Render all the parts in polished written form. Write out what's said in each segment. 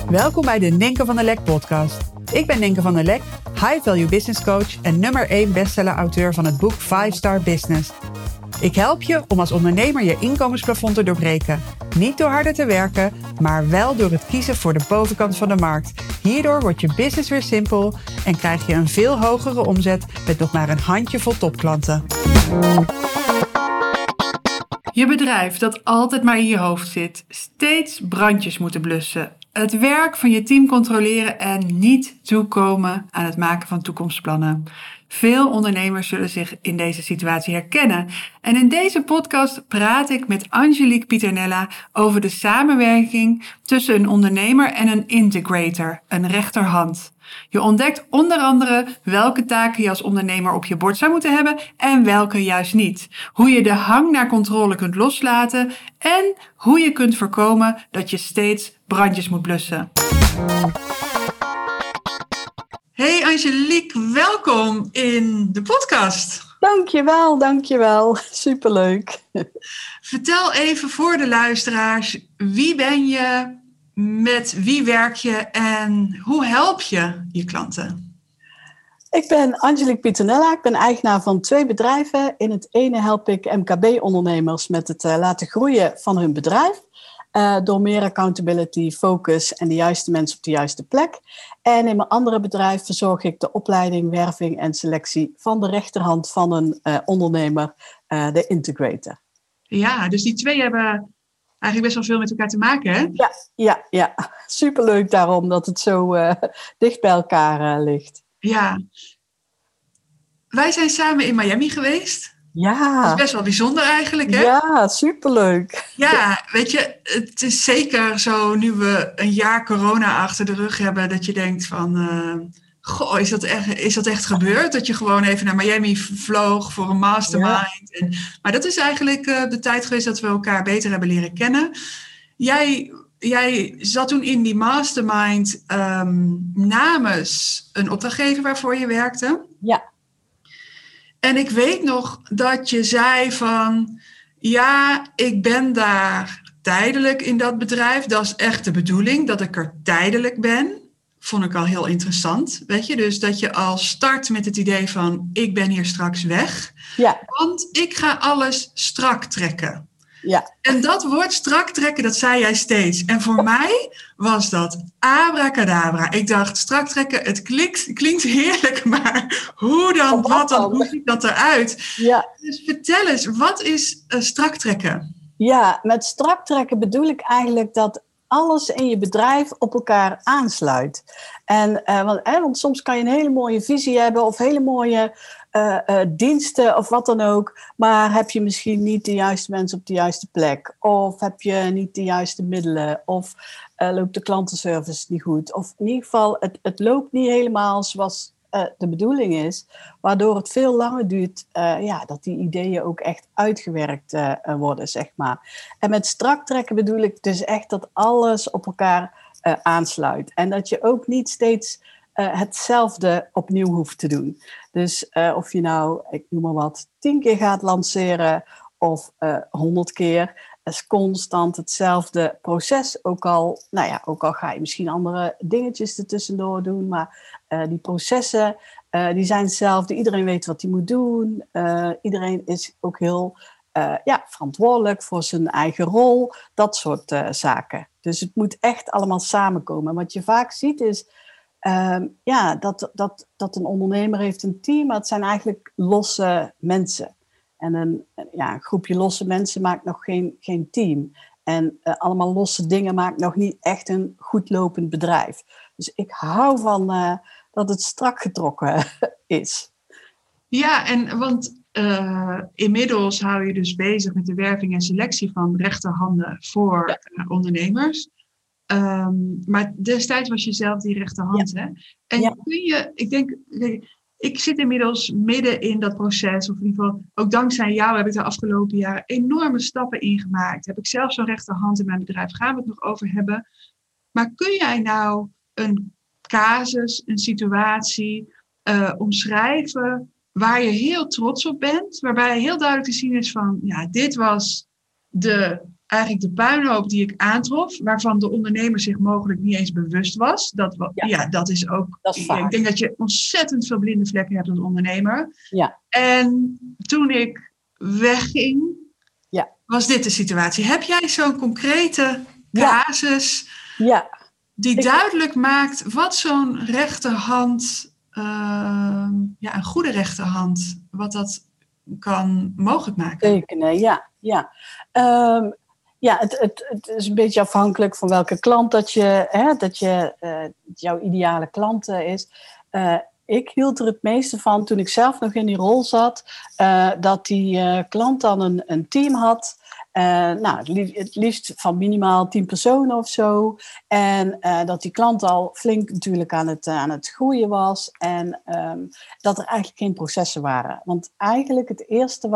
Welkom bij de Ninke van der Lek podcast. Ik ben Ninke van der Lek, High Value Business Coach en nummer 1 bestseller-auteur van het boek 5 Star Business. Ik help je om als ondernemer je inkomensplafond te doorbreken. Niet door harder te werken, maar wel door het kiezen voor de bovenkant van de markt. Hierdoor wordt je business weer simpel en krijg je een veel hogere omzet met nog maar een handjevol topklanten. Je bedrijf dat altijd maar in je hoofd zit, steeds brandjes moeten blussen, het werk van je team controleren en niet toekomen aan het maken van toekomstplannen. Veel ondernemers zullen zich in deze situatie herkennen. En in deze podcast praat ik met Angelique Pieternella over de samenwerking tussen een ondernemer en een integrator, een rechterhand. Je ontdekt onder andere welke taken je als ondernemer op je bord zou moeten hebben en welke juist niet. Hoe je de hang naar controle kunt loslaten en hoe je kunt voorkomen dat je steeds brandjes moet blussen. Hey Angelique, welkom in de podcast. Dankjewel. Superleuk. Vertel even voor de luisteraars, wie ben je, met wie werk je en hoe help je je klanten? Ik ben Angelique Pieternella, ik ben eigenaar van 2 bedrijven. In het ene help ik MKB-ondernemers met het laten groeien van hun bedrijf. Door meer accountability, focus en de juiste mensen op de juiste plek. En in mijn andere bedrijf verzorg ik de opleiding, werving en selectie van de rechterhand van een ondernemer, de integrator. Ja, dus die 2 hebben eigenlijk best wel veel met elkaar te maken, hè? Ja. Superleuk daarom dat het zo dicht bij elkaar ligt. Ja. Wij zijn samen in Miami geweest. Ja. Dat is best wel bijzonder eigenlijk, hè? Ja, superleuk. Ja, weet je, het is zeker zo nu we een jaar corona achter de rug hebben, dat je denkt van, goh, is dat echt gebeurd? Dat je gewoon even naar Miami vloog voor een mastermind. Ja. Maar dat is eigenlijk de tijd geweest dat we elkaar beter hebben leren kennen. Jij zat toen in die mastermind namens een opdrachtgever waarvoor je werkte. Ja. En ik weet nog dat je zei van, ja, ik ben daar tijdelijk in dat bedrijf. Dat is echt de bedoeling, dat ik er tijdelijk ben. Vond ik al heel interessant, weet je. Dus dat je al start met het idee van, ik ben hier straks weg. Ja. Want ik ga alles strak trekken. Ja. En dat woord strak trekken, dat zei jij steeds. En voor mij was dat abracadabra. Ik dacht, strak trekken, het klinkt heerlijk, maar hoe dan, wat dan, hoe ziet dat eruit? Ja. Dus vertel eens, wat is strak trekken? Ja, met strak trekken bedoel ik eigenlijk dat alles in je bedrijf op elkaar aansluit. Want soms kan je een hele mooie visie hebben of hele mooie diensten of wat dan ook, maar heb je misschien niet de juiste mensen op de juiste plek, of heb je niet de juiste middelen, of loopt de klantenservice niet goed, of in ieder geval het loopt niet helemaal zoals de bedoeling is, waardoor het veel langer duurt dat die ideeën ook echt uitgewerkt worden, zeg maar. En met strak trekken bedoel ik dus echt dat alles op elkaar aansluit en dat je ook niet steeds hetzelfde opnieuw hoeft te doen. Dus of je nou, ik noem maar wat, 10 keer gaat lanceren of 100 keer, is constant hetzelfde proces. Ook al ga je misschien andere dingetjes ertussendoor doen, maar die processen die zijn hetzelfde. Iedereen weet wat hij moet doen. Iedereen is ook heel verantwoordelijk voor zijn eigen rol. Dat soort zaken. Dus het moet echt allemaal samenkomen. Wat je vaak ziet is dat een ondernemer heeft een team, maar het zijn eigenlijk losse mensen. En een groepje losse mensen maakt nog geen team. En allemaal losse dingen maakt nog niet echt een goed lopend bedrijf. Dus ik hou van dat het strak getrokken is. Ja, want inmiddels hou je dus bezig met de werving en selectie van rechterhanden voor ondernemers. Maar destijds was je zelf die rechterhand, hè? En kun je, ik zit inmiddels midden in dat proces, of in ieder geval, ook dankzij jou heb ik de afgelopen jaren enorme stappen ingemaakt. Heb ik zelf zo'n rechterhand in mijn bedrijf, gaan we het nog over hebben. Maar kun jij nou een casus, een situatie omschrijven waar je heel trots op bent, waarbij heel duidelijk te zien is van, ja, dit was de eigenlijk de puinhoop die ik aantrof, waarvan de ondernemer zich mogelijk niet eens bewust was. Dat is ook. Dat is vaak. Ik denk dat je ontzettend veel blinde vlekken hebt als ondernemer. Ja. En toen ik wegging, was dit de situatie. Heb jij zo'n concrete casus die duidelijk maakt wat zo'n rechterhand, een goede rechterhand, wat dat kan mogelijk maken? Tekenen, ja. Het is een beetje afhankelijk van welke klant dat jouw ideale klant is. Ik hield er het meeste van toen ik zelf nog in die rol zat, dat die klant dan een team had. Het liefst van minimaal 10 personen of zo. En dat die klant al flink natuurlijk aan het groeien was. En dat er eigenlijk geen processen waren. Want eigenlijk het eerste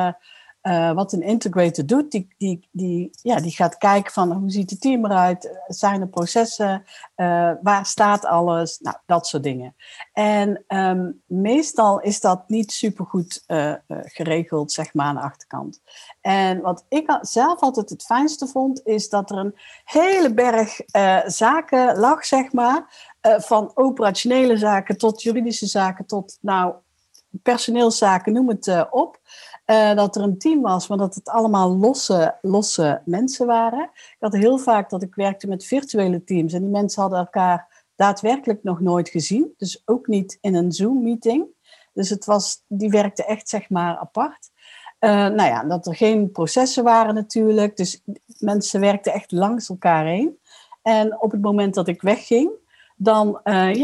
wat een integrator doet, die gaat kijken van hoe ziet het team eruit, zijn er processen, waar staat alles, nou, dat soort dingen. En meestal is dat niet supergoed geregeld, zeg maar, aan de achterkant. En wat ik zelf altijd het fijnste vond, is dat er een hele berg zaken lag, zeg maar, van operationele zaken tot juridische zaken, tot personeelszaken, noem het op. Dat er een team was, maar dat het allemaal losse mensen waren. Ik had heel vaak dat ik werkte met virtuele teams. En die mensen hadden elkaar daadwerkelijk nog nooit gezien. Dus ook niet in een Zoom-meeting. Dus die werkte echt, zeg maar, apart. Dat er geen processen waren natuurlijk. Dus mensen werkten echt langs elkaar heen. En op het moment dat ik wegging, dan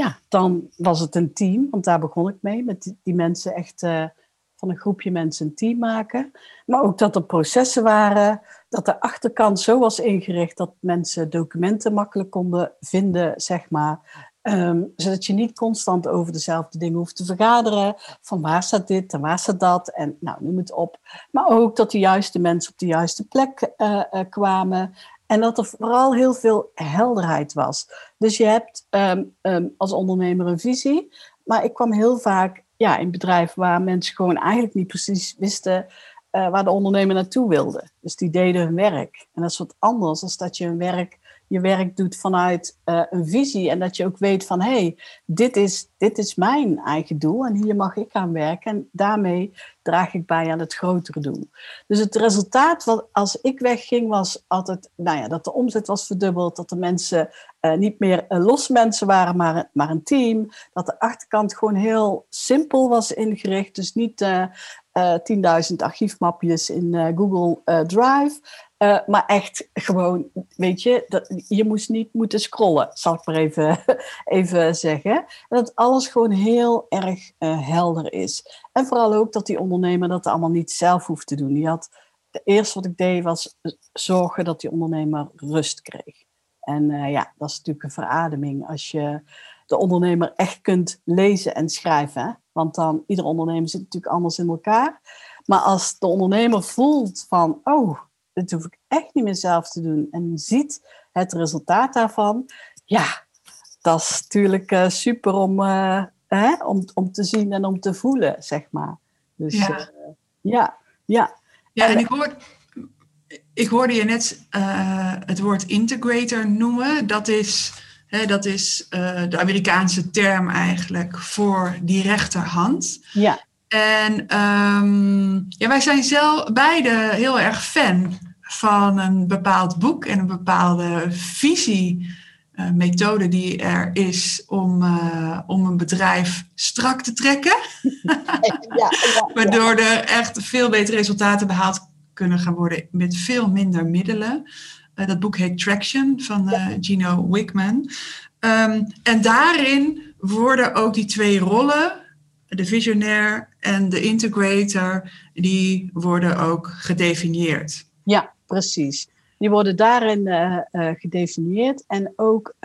was het een team. Want daar begon ik mee, met die mensen echt van een groepje mensen een team maken. Maar ook dat er processen waren, dat de achterkant zo was ingericht dat mensen documenten makkelijk konden vinden, zeg maar. Zodat je niet constant over dezelfde dingen hoeft te vergaderen. Van waar staat dit en waar staat dat en noem het op. Maar ook dat de juiste mensen op de juiste plek kwamen. En dat er vooral heel veel helderheid was. Dus je hebt als ondernemer een visie. Maar ik kwam heel vaak in bedrijven waar mensen gewoon eigenlijk niet precies wisten waar de ondernemer naartoe wilde. Dus die deden hun werk. En dat is wat anders dan dat je je werk doet vanuit een visie. En dat je ook weet van, dit is mijn eigen doel. En hier mag ik aan werken. En daarmee draag ik bij aan het grotere doel. Dus het resultaat, als ik wegging, was altijd dat de omzet was verdubbeld. Dat de mensen niet meer los mensen waren, maar een team. Dat de achterkant gewoon heel simpel was ingericht. Dus niet 10.000 archiefmapjes in Google Drive. Maar echt gewoon, weet je, je moest niet moeten scrollen, zal ik maar even zeggen. En dat alles gewoon heel erg helder is. En vooral ook dat die ondernemer dat allemaal niet zelf hoeft te doen. Het eerste wat ik deed was zorgen dat die ondernemer rust kreeg. En dat is natuurlijk een verademing als je de ondernemer echt kunt lezen en schrijven. Hè? Want dan, ieder ondernemer zit natuurlijk anders in elkaar. Maar als de ondernemer voelt van, dit hoef ik echt niet meer zelf te doen. En ziet het resultaat daarvan. Ja, dat is natuurlijk super om te zien en om te voelen, zeg maar. Dus ja. En ik hoorde je net het woord integrator noemen. Dat is de Amerikaanse term eigenlijk voor die rechterhand. Ja. En wij zijn zelf beide heel erg fan van een bepaald boek en een bepaalde visiemethode die er is om een bedrijf strak te trekken. Waardoor er echt veel betere resultaten behaald kunnen gaan worden met veel minder middelen. Dat boek heet Traction van Gino Wickman. En daarin worden ook die twee rollen, de visionair en de integrator, die worden ook gedefinieerd. Ja, precies. Die worden daarin gedefinieerd. En ook,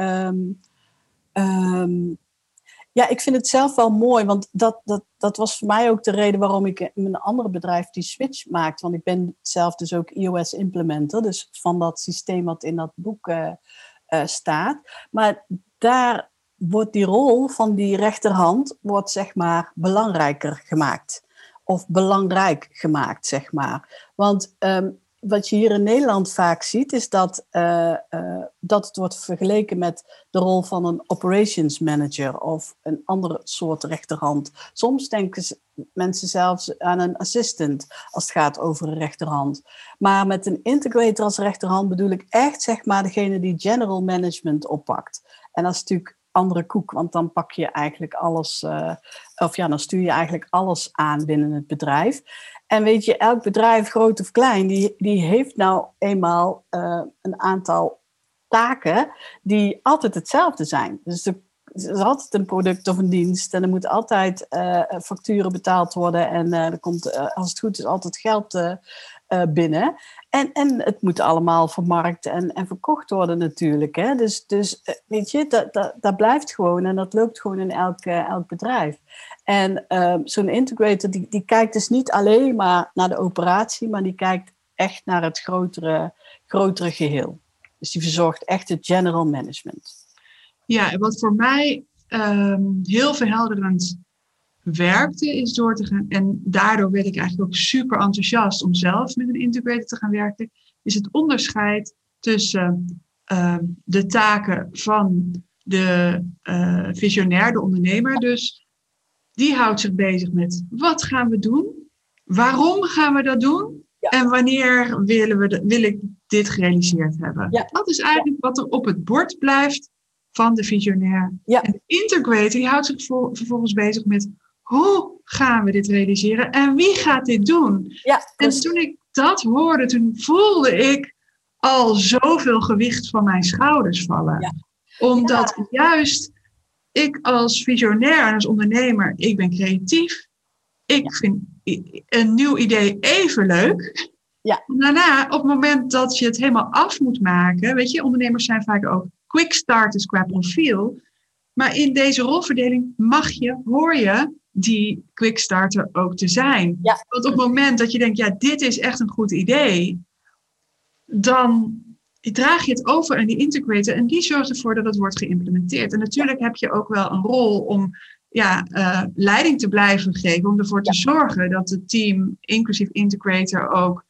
ik vind het zelf wel mooi, want dat was voor mij ook de reden waarom ik in een andere bedrijf die switch maakte. Want ik ben zelf dus ook iOS implementer, dus van dat systeem wat in dat boek staat. Maar daar wordt die rol van die rechterhand, wordt zeg maar belangrijker gemaakt. Of belangrijk gemaakt, zeg maar. Want wat je hier in Nederland vaak ziet, is dat het wordt vergeleken met de rol van een operations manager of een andere soort rechterhand. Soms denken mensen zelfs aan een assistant als het gaat over een rechterhand. Maar met een integrator als rechterhand bedoel ik echt, zeg maar, degene die general management oppakt. En dat is natuurlijk andere koek, want dan pak je eigenlijk alles, dan stuur je eigenlijk alles aan binnen het bedrijf. En weet je, elk bedrijf, groot of klein, die heeft nou eenmaal een aantal taken die altijd hetzelfde zijn. Dus er is altijd een product of een dienst en er moeten altijd facturen betaald worden en er komt, als het goed is, altijd geld binnen. En het moet allemaal vermarkt en verkocht worden natuurlijk. Hè? Dus weet je, dat blijft gewoon en dat loopt gewoon in elk bedrijf. En zo'n integrator die kijkt dus niet alleen maar naar de operatie, maar die kijkt echt naar het grotere geheel. Dus die verzorgt echt het general management. Ja, en wat voor mij heel verhelderend werkte, is door te gaan, en daardoor werd ik eigenlijk ook super enthousiast om zelf met een integrator te gaan werken, is het onderscheid tussen de taken van de visionair, de ondernemer. Dus die houdt zich bezig met wat gaan we doen, waarom gaan we dat doen en wanneer wil ik dit gerealiseerd hebben. Ja. Dat is eigenlijk wat er op het bord blijft van de visionair. Ja. En de integrator die houdt zich vervolgens bezig met hoe gaan we dit realiseren en wie gaat dit doen? Ja, en toen ik dat hoorde, toen voelde ik al zoveel gewicht van mijn schouders vallen. Ja. Omdat juist ik als visionair en als ondernemer, ik ben creatief. Ik vind een nieuw idee even leuk. Ja. En daarna, op het moment dat je het helemaal af moet maken, weet je, ondernemers zijn vaak ook quick starters qua profiel. Maar in deze rolverdeling hoor je die quickstarter ook te zijn. Ja. Want op het moment dat je denkt, ja, dit is echt een goed idee, dan draag je het over aan die integrator en die zorgt ervoor dat het wordt geïmplementeerd. En natuurlijk heb je ook wel een rol om leiding te blijven geven, om ervoor te zorgen dat het team, inclusief integrator, ook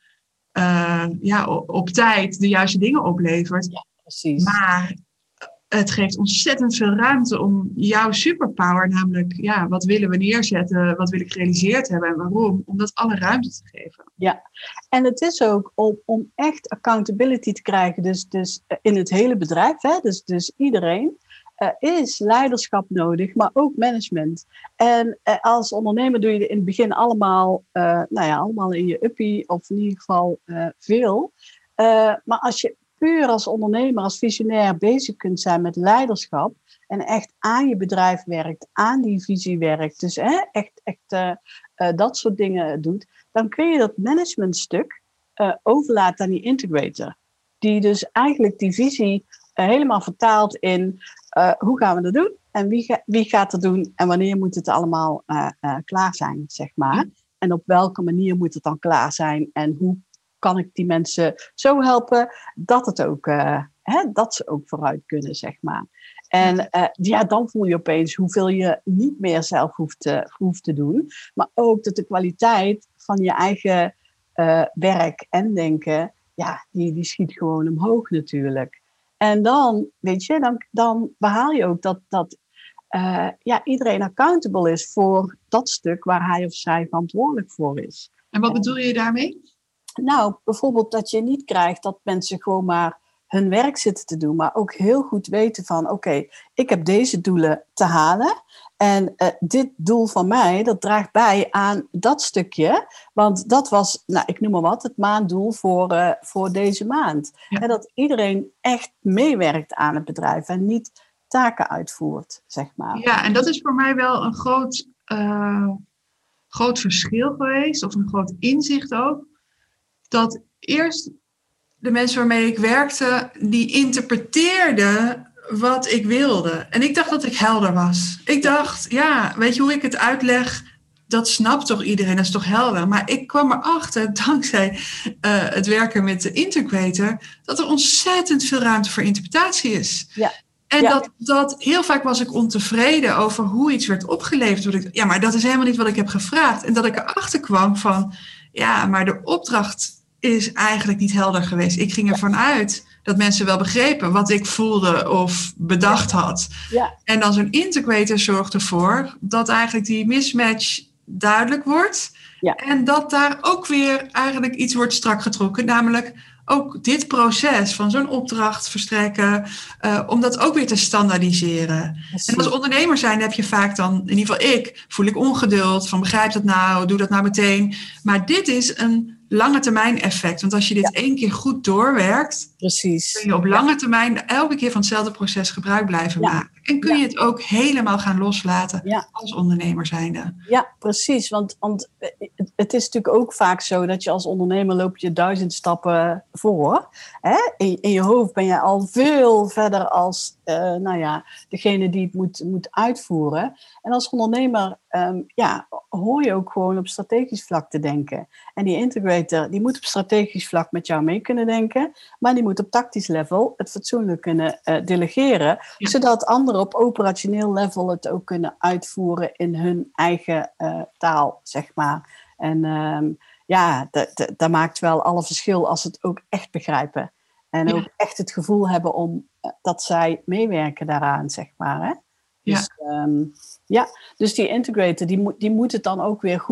op tijd de juiste dingen oplevert. Ja, precies. Maar het geeft ontzettend veel ruimte om jouw superpower, namelijk wat willen we neerzetten, wat wil ik gerealiseerd hebben en waarom, om dat alle ruimte te geven. Ja, en het is ook om echt accountability te krijgen, dus in het hele bedrijf, hè, dus iedereen, is leiderschap nodig, maar ook management. En als ondernemer doe je in het begin allemaal in je uppie, of in ieder geval veel. Maar als je puur als ondernemer, als visionair bezig kunt zijn met leiderschap en echt aan je bedrijf werkt, aan die visie werkt, dus echt dat soort dingen doet, dan kun je dat managementstuk overlaten aan die integrator. Die dus eigenlijk die visie helemaal vertaalt in hoe gaan we dat doen en wie gaat dat doen en wanneer moet het allemaal klaar zijn, zeg maar. En op welke manier moet het dan klaar zijn en hoe kan ik die mensen zo helpen dat het ook, dat ze ook vooruit kunnen, zeg maar. En dan voel je opeens hoeveel je niet meer zelf hoeft te doen. Maar ook dat de kwaliteit van je eigen werk en denken, die schiet gewoon omhoog natuurlijk. En dan, weet je, dan behaal je ook dat iedereen accountable is voor dat stuk waar hij of zij verantwoordelijk voor is. En wat bedoel je daarmee? Nou, bijvoorbeeld dat je niet krijgt dat mensen gewoon maar hun werk zitten te doen, maar ook heel goed weten van, oké, ik heb deze doelen te halen en dit doel van mij, dat draagt bij aan dat stukje, want dat was, ik noem maar wat, het maanddoel voor deze maand. Ja. En dat iedereen echt meewerkt aan het bedrijf en niet taken uitvoert, zeg maar. Ja, en dat is voor mij wel een groot verschil geweest, of een groot inzicht ook, dat eerst de mensen waarmee ik werkte, die interpreteerden wat ik wilde. En ik dacht dat ik helder was. Ik dacht, weet je hoe ik het uitleg? Dat snapt toch iedereen, dat is toch helder? Maar ik kwam erachter, dankzij het werken met de integrator, dat er ontzettend veel ruimte voor interpretatie is. Ja. En dat heel vaak was ik ontevreden over hoe iets werd opgeleverd. Maar dat is helemaal niet wat ik heb gevraagd. En dat ik erachter kwam van, maar de opdracht is eigenlijk niet helder geweest. Ik ging ervan uit dat mensen wel begrepen wat ik voelde of bedacht had. Ja. En dan zo'n integrator zorgt ervoor dat eigenlijk die mismatch duidelijk wordt. Ja. En dat daar ook weer eigenlijk iets wordt strak getrokken. Namelijk ook dit proces van zo'n opdracht verstrekken. Om dat ook weer te standaardiseren. Precies. En als ondernemer zijn heb je vaak dan, in ieder geval voel ik ongeduld. Van begrijp dat nou, doe dat nou meteen. Maar dit is een lange termijn effect. Want als je dit 1 keer goed doorwerkt, precies, kun je op lange termijn elke keer van hetzelfde proces gebruik blijven maken. En kun je het ook helemaal gaan loslaten als ondernemer zijnde. Ja, precies. Want het is natuurlijk ook vaak zo dat je als ondernemer loop je 1000 stappen voor. Hè? In je hoofd ben je al veel verder als degene die het moet uitvoeren. En als ondernemer hoor je ook gewoon op strategisch vlak te denken. En die integrator die moet op strategisch vlak met jou mee kunnen denken. Maar die moet op tactisch level het fatsoenlijk kunnen delegeren. Ja. Zodat anderen op operationeel level het ook kunnen uitvoeren in hun eigen taal, zeg maar. En dat maakt wel alle verschil als ze het ook echt begrijpen. En ook echt het gevoel hebben dat zij meewerken daaraan, zeg maar. Hè? Dus, dus die integrator die moet het dan ook weer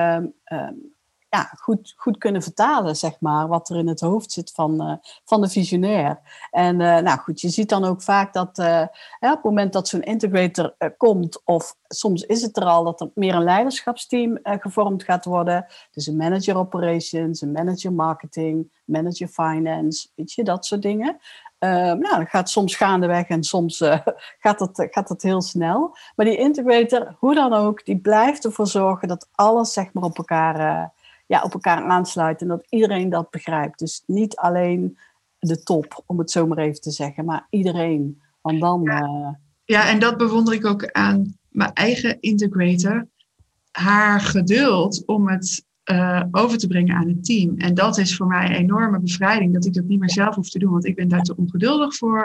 goed kunnen vertalen, zeg maar, wat er in het hoofd zit van de visionair. En je ziet dan ook vaak dat op het moment dat zo'n integrator komt, of soms is het er al dat er meer een leiderschapsteam gevormd gaat worden. Dus een manager operations, een manager marketing, manager finance, weet je, dat soort dingen. Dat gaat soms gaandeweg en soms gaat dat heel snel. Maar die integrator, hoe dan ook, die blijft ervoor zorgen dat alles, zeg maar, op elkaar aansluit en dat iedereen dat begrijpt. Dus niet alleen de top, om het zo maar even te zeggen, maar iedereen. Want dan... en dat bewonder ik ook aan mijn eigen integrator. Haar geduld om het over te brengen aan het team. En dat is voor mij een enorme bevrijding, dat ik dat niet meer zelf hoef te doen, want ik ben daar te ongeduldig voor.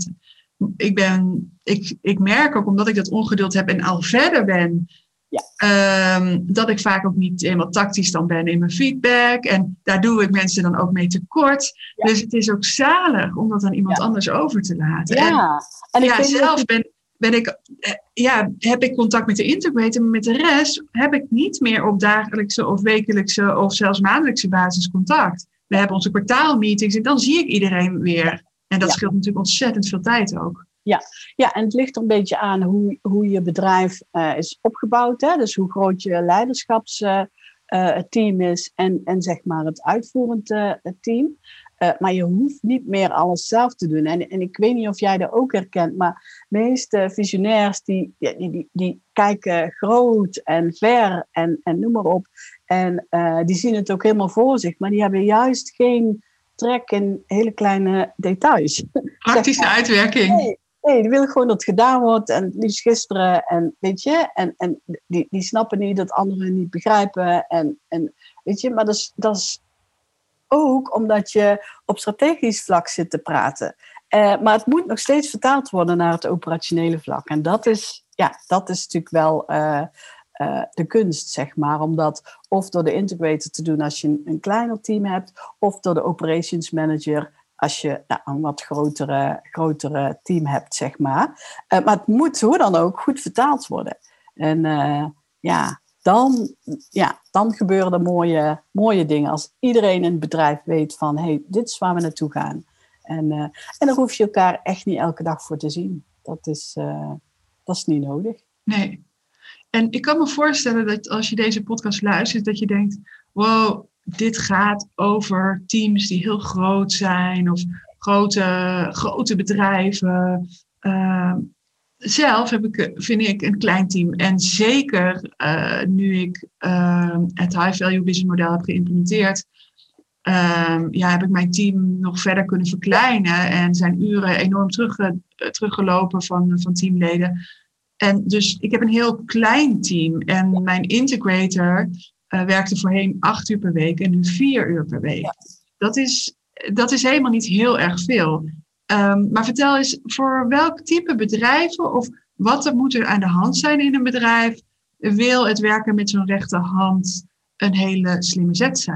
Ik merk ook, omdat ik dat ongeduld heb en al verder ben, dat ik vaak ook niet helemaal tactisch dan ben in mijn feedback. En daar doe ik mensen dan ook mee tekort. Ja. Dus het is ook zalig om dat aan iemand anders over te laten. Ja. En zelf heb ik contact met de integrator, maar met de rest heb ik niet meer op dagelijkse of wekelijkse of zelfs maandelijkse basis contact. We hebben onze kwartaalmeetings en dan zie ik iedereen weer. En dat scheelt natuurlijk ontzettend veel tijd ook. Ja, en het ligt er een beetje aan hoe je bedrijf is opgebouwd. Hè? Dus hoe groot je leiderschapsteam is en zeg maar het uitvoerend team. Maar je hoeft niet meer alles zelf te doen. En ik weet niet of jij dat ook herkent, maar de meeste visionairs die kijken groot en ver en noem maar op. En die zien het ook helemaal voor zich, maar die hebben juist geen trek in hele kleine details. Praktische uitwerking. Nee, die willen gewoon dat het gedaan wordt en liefst gisteren en weet je, en die snappen niet dat anderen niet begrijpen en weet je, maar dat is ook omdat je op strategisch vlak zit te praten. Maar het moet nog steeds vertaald worden naar het operationele vlak en dat is natuurlijk wel de kunst, zeg maar, om dat of door de integrator te doen als je een kleiner team hebt, of door de operations manager als je een wat grotere team hebt, zeg maar. Maar het moet hoe dan ook goed vertaald worden. En dan gebeuren er mooie dingen. Als iedereen in het bedrijf weet van, hey, dit is waar we naartoe gaan. En daar hoef je elkaar echt niet elke dag voor te zien. Dat is niet nodig. Nee. En ik kan me voorstellen dat als je deze podcast luistert, dat je denkt, wow, dit gaat over teams die heel groot zijn of grote bedrijven. Zelf vind ik een klein team. En zeker nu ik het high value business model heb geïmplementeerd, heb ik mijn team nog verder kunnen verkleinen en zijn uren enorm teruggelopen van teamleden. En dus ik heb een heel klein team en mijn integrator werkte voorheen 8 uur per week en nu 4 uur per week. Dat is helemaal niet heel erg veel. Maar vertel eens, voor welk type bedrijven of wat moet er aan de hand zijn in een bedrijf, wil het werken met zo'n rechterhand een hele slimme zet zijn?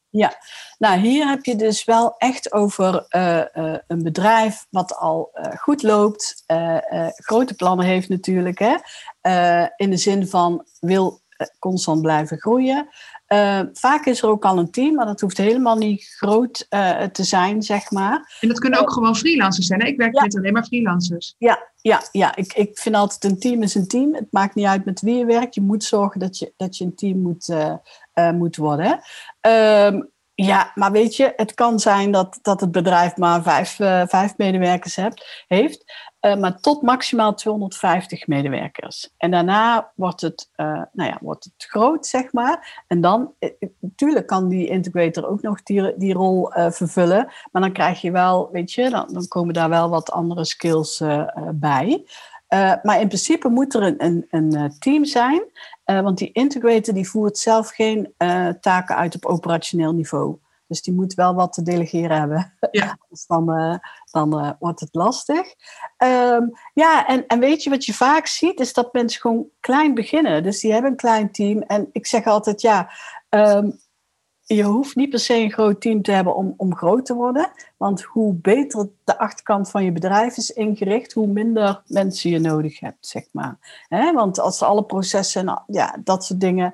Ja, nou hier heb je dus wel echt over een bedrijf wat al goed loopt, grote plannen heeft natuurlijk, hè? In de zin van wil constant blijven groeien. Vaak is er ook al een team, maar dat hoeft helemaal niet groot te zijn, zeg maar. En dat kunnen ook gewoon freelancers zijn. Hè? Ik werk met alleen maar freelancers. Ja. Ik vind altijd een team is een team. Het maakt niet uit met wie je werkt. Je moet zorgen dat je een team moet worden. Ja, maar weet je, het kan zijn dat het bedrijf maar vijf medewerkers heeft. Maar tot maximaal 250 medewerkers. En daarna wordt het groot, zeg maar. En dan, natuurlijk kan die integrator ook nog die rol vervullen. Maar dan krijg je wel, weet je, dan komen daar wel wat andere skills bij. Maar in principe moet er een team zijn. Want die integrator die voert zelf geen taken uit op operationeel niveau. Dus die moet wel wat te delegeren hebben. Ja. Dus dan wordt het lastig. En weet je wat je vaak ziet? Is dat mensen gewoon klein beginnen. Dus die hebben een klein team. En ik zeg altijd, je hoeft niet per se een groot team te hebben om groot te worden. Want hoe beter de achterkant van je bedrijf is ingericht, hoe minder mensen je nodig hebt, zeg maar. Want als alle processen en dat soort dingen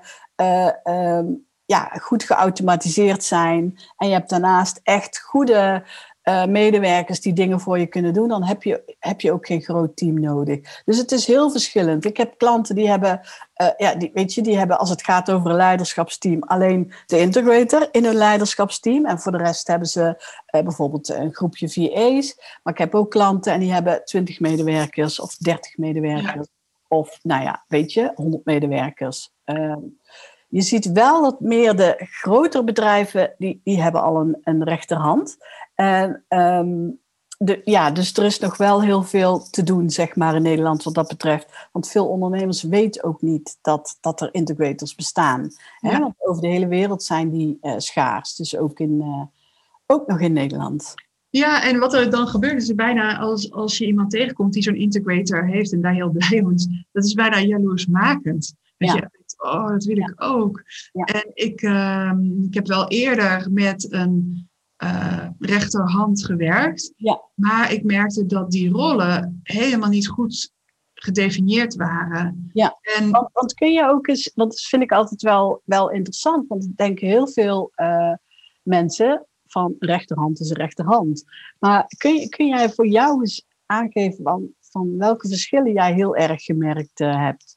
goed geautomatiseerd zijn en je hebt daarnaast echt goede medewerkers die dingen voor je kunnen doen, dan heb je ook geen groot team nodig. Dus het is heel verschillend. Ik heb klanten die hebben, die hebben als het gaat over een leiderschapsteam alleen de integrator in hun leiderschapsteam en voor de rest hebben ze bijvoorbeeld een groepje VA's. Maar ik heb ook klanten en die hebben 20 medewerkers of 30 medewerkers of 100 medewerkers. Je ziet wel dat meer de grotere bedrijven, die hebben al een rechterhand. En dus er is nog wel heel veel te doen, zeg maar, in Nederland wat dat betreft. Want veel ondernemers weten ook niet dat er integrators bestaan. Ja. Want over de hele wereld zijn die schaars. Dus ook nog in Nederland. Ja, en wat er dan gebeurt is bijna als je iemand tegenkomt die zo'n integrator heeft en daar heel blij om is, dat is bijna jaloersmakend. Dat je denkt, dat wil ik ook. Ja. En ik heb wel eerder met een rechterhand gewerkt. Ja. Maar ik merkte dat die rollen helemaal niet goed gedefinieerd waren. Ja, en want kun je ook eens, want dat vind ik altijd wel interessant, want ik denk heel veel mensen van rechterhand is rechterhand. Maar kun jij voor jou eens aangeven van welke verschillen jij heel erg gemerkt hebt?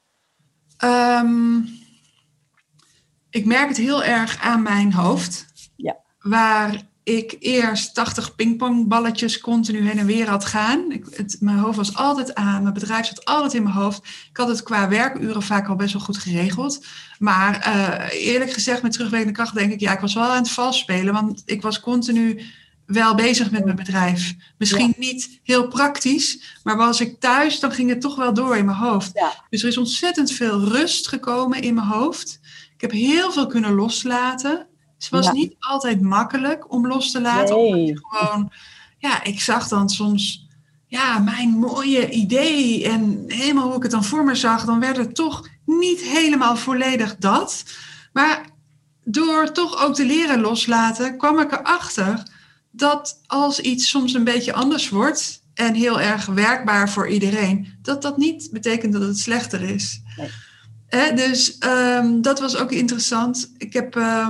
Ik merk het heel erg aan mijn hoofd. Ja. Waar ik eerst 80 pingpongballetjes continu heen en weer had gaan. Mijn hoofd was altijd aan. Mijn bedrijf zat altijd in mijn hoofd. Ik had het qua werkuren vaak al best wel goed geregeld. Maar eerlijk gezegd, met terugwerkende kracht denk ik, ik was wel aan het vals spelen. Want ik was continu wel bezig met mijn bedrijf. Misschien niet heel praktisch, maar was ik thuis, dan ging het toch wel door in mijn hoofd. Ja. Dus er is ontzettend veel rust gekomen in mijn hoofd. Ik heb heel veel kunnen loslaten. Het was niet altijd makkelijk om los te laten. Nee. Omdat je gewoon, ik zag dan soms mijn mooie idee en helemaal hoe ik het dan voor me zag, dan werd het toch niet helemaal volledig dat. Maar door toch ook te leren loslaten, kwam ik erachter dat als iets soms een beetje anders wordt en heel erg werkbaar voor iedereen, dat niet betekent dat het slechter is. Nee. Dus dat was ook interessant. Ik heb,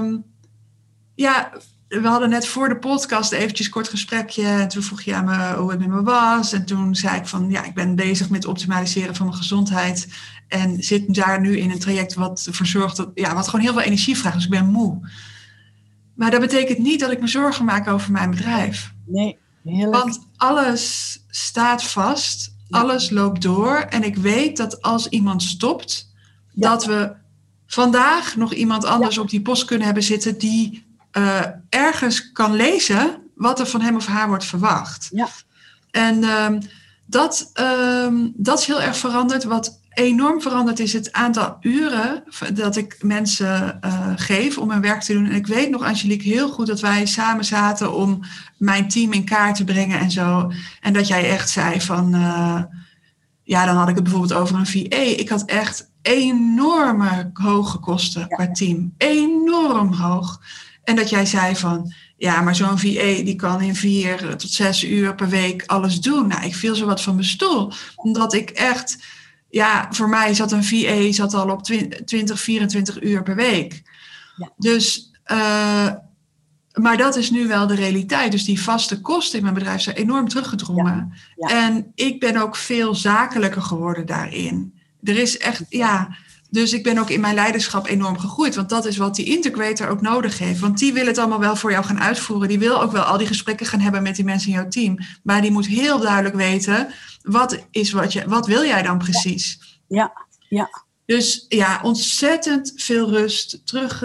we hadden net voor de podcast eventjes kort gesprekje. En toen vroeg je aan me hoe het met me was. En toen zei ik van, ik ben bezig met het optimaliseren van mijn gezondheid. En zit daar nu in een traject wat ervoor zorgt wat gewoon heel veel energie vraagt. Dus ik ben moe. Maar dat betekent niet dat ik me zorgen maak over mijn bedrijf. Nee, heerlijk. Want alles staat vast. Ja. Alles loopt door. En ik weet dat als iemand stopt, dat we vandaag nog iemand anders op die post kunnen hebben zitten die ergens kan lezen wat er van hem of haar wordt verwacht. Ja. En dat is heel erg veranderd. Wat enorm veranderd is het aantal uren dat ik mensen geef om hun werk te doen. En ik weet nog, Angelique, heel goed dat wij samen zaten om mijn team in kaart te brengen en zo. En dat jij echt zei van, dan had ik het bijvoorbeeld over een VA. Ik had echt enorme hoge kosten per team. Enorm hoog. En dat jij zei van, ja, maar zo'n VA die kan in 4 tot 6 uur per week alles doen. Nou, ik viel zo wat van mijn stoel. Omdat ik echt, ja, voor mij zat een VA al op 20, 24 uur per week. Ja. Dus, maar dat is nu wel de realiteit. Dus die vaste kosten in mijn bedrijf zijn enorm teruggedrongen. Ja. Ja. En ik ben ook veel zakelijker geworden daarin. Er is echt, ja... Dus ik ben ook in mijn leiderschap enorm gegroeid. Want dat is wat die integrator ook nodig heeft. Want die wil het allemaal wel voor jou gaan uitvoeren. Die wil ook wel al die gesprekken gaan hebben met die mensen in jouw team. Maar die moet heel duidelijk weten, wat wil jij dan precies? Ja, ja. Dus ja, ontzettend veel rust.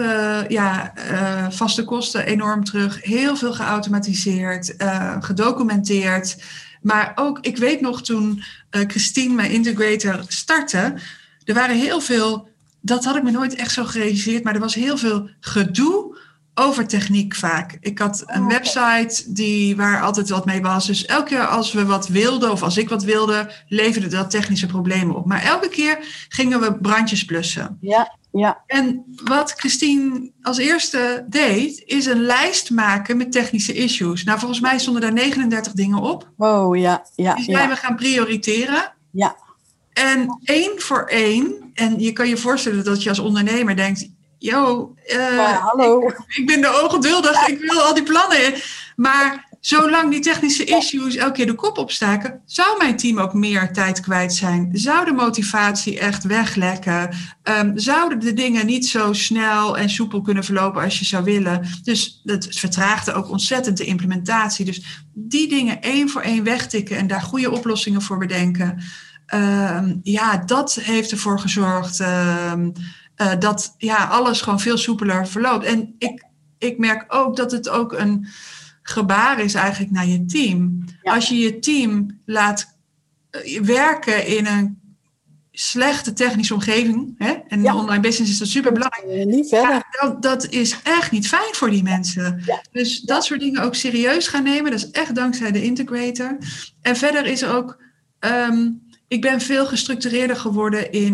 Vaste kosten enorm terug. Heel veel geautomatiseerd, gedocumenteerd. Maar ook, ik weet nog toen Christine, mijn integrator, startte... Er waren heel veel, dat had ik me nooit echt zo gerealiseerd, maar er was heel veel gedoe over techniek vaak. Ik had een website waar altijd wat mee was. Dus elke keer als we wat wilden of als ik wat wilde, leverde dat technische problemen op. Maar elke keer gingen we brandjes blussen. Ja, ja. En wat Christine als eerste deed, is een lijst maken met technische issues. Nou, volgens mij stonden daar 39 dingen op. Oh, ja, ja. Die zijn we gaan prioriteren. Ja. En 1 voor 1, en je kan je voorstellen dat je als ondernemer denkt, hallo. Ik ben er ongeduldig, ik wil al die plannen. Maar zolang die technische issues elke keer de kop opstaken, zou mijn team ook meer tijd kwijt zijn. Zou de motivatie echt weglekken? Zouden de dingen niet zo snel en soepel kunnen verlopen als je zou willen? Dus dat vertraagde ook ontzettend de implementatie. Dus die dingen 1 voor 1 wegtikken en daar goede oplossingen voor bedenken. Dat heeft ervoor gezorgd dat alles gewoon veel soepeler verloopt. En ik merk ook dat het ook een gebaar is eigenlijk naar je team. Ja. Als je je team laat werken in een slechte technische omgeving, hè? En in online business is dat super belangrijk. Niet verder. Dat is echt niet fijn voor die mensen. Ja. Dus dat soort dingen ook serieus gaan nemen, dat is echt dankzij de integrator. En verder is er ook... ik ben veel gestructureerder geworden in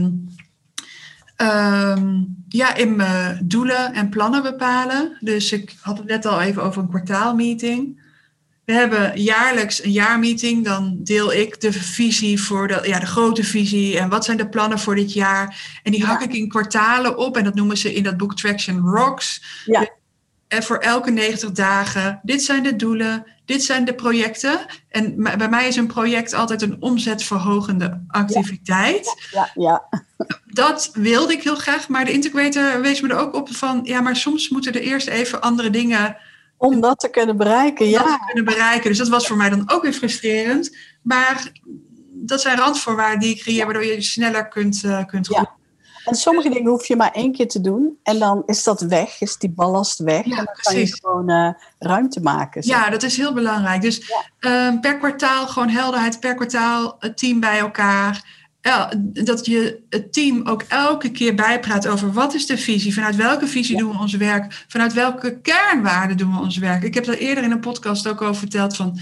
mijn doelen en plannen bepalen. Dus ik had het net al even over een kwartaalmeeting. We hebben jaarlijks een jaarmeeting. Dan deel ik de visie voor de grote visie. En wat zijn de plannen voor dit jaar? En die hak ik in kwartalen op. En dat noemen ze in dat boek Traction Rocks. Ja. En voor elke 90 dagen, dit zijn de doelen, dit zijn de projecten. En bij mij is een project altijd een omzetverhogende activiteit. Ja. Dat wilde ik heel graag, maar de integrator wees me er ook op van... ja, maar soms moeten er eerst even andere dingen... Om dat te kunnen bereiken, Dus dat was voor mij dan ook weer frustrerend. Maar dat zijn randvoorwaarden die ik creëer, waardoor je sneller kunt groeien. En sommige dingen hoef je maar 1 keer te doen. En dan is dat weg, is die ballast weg. Ja, en dan kan je gewoon ruimte maken. Zeg. Ja, dat is heel belangrijk. Dus per kwartaal gewoon helderheid. Per kwartaal het team bij elkaar. Dat je het team ook elke keer bijpraat over wat is de visie. Vanuit welke visie doen we ons werk? Vanuit welke kernwaarden doen we ons werk? Ik heb daar eerder in een podcast ook over verteld van...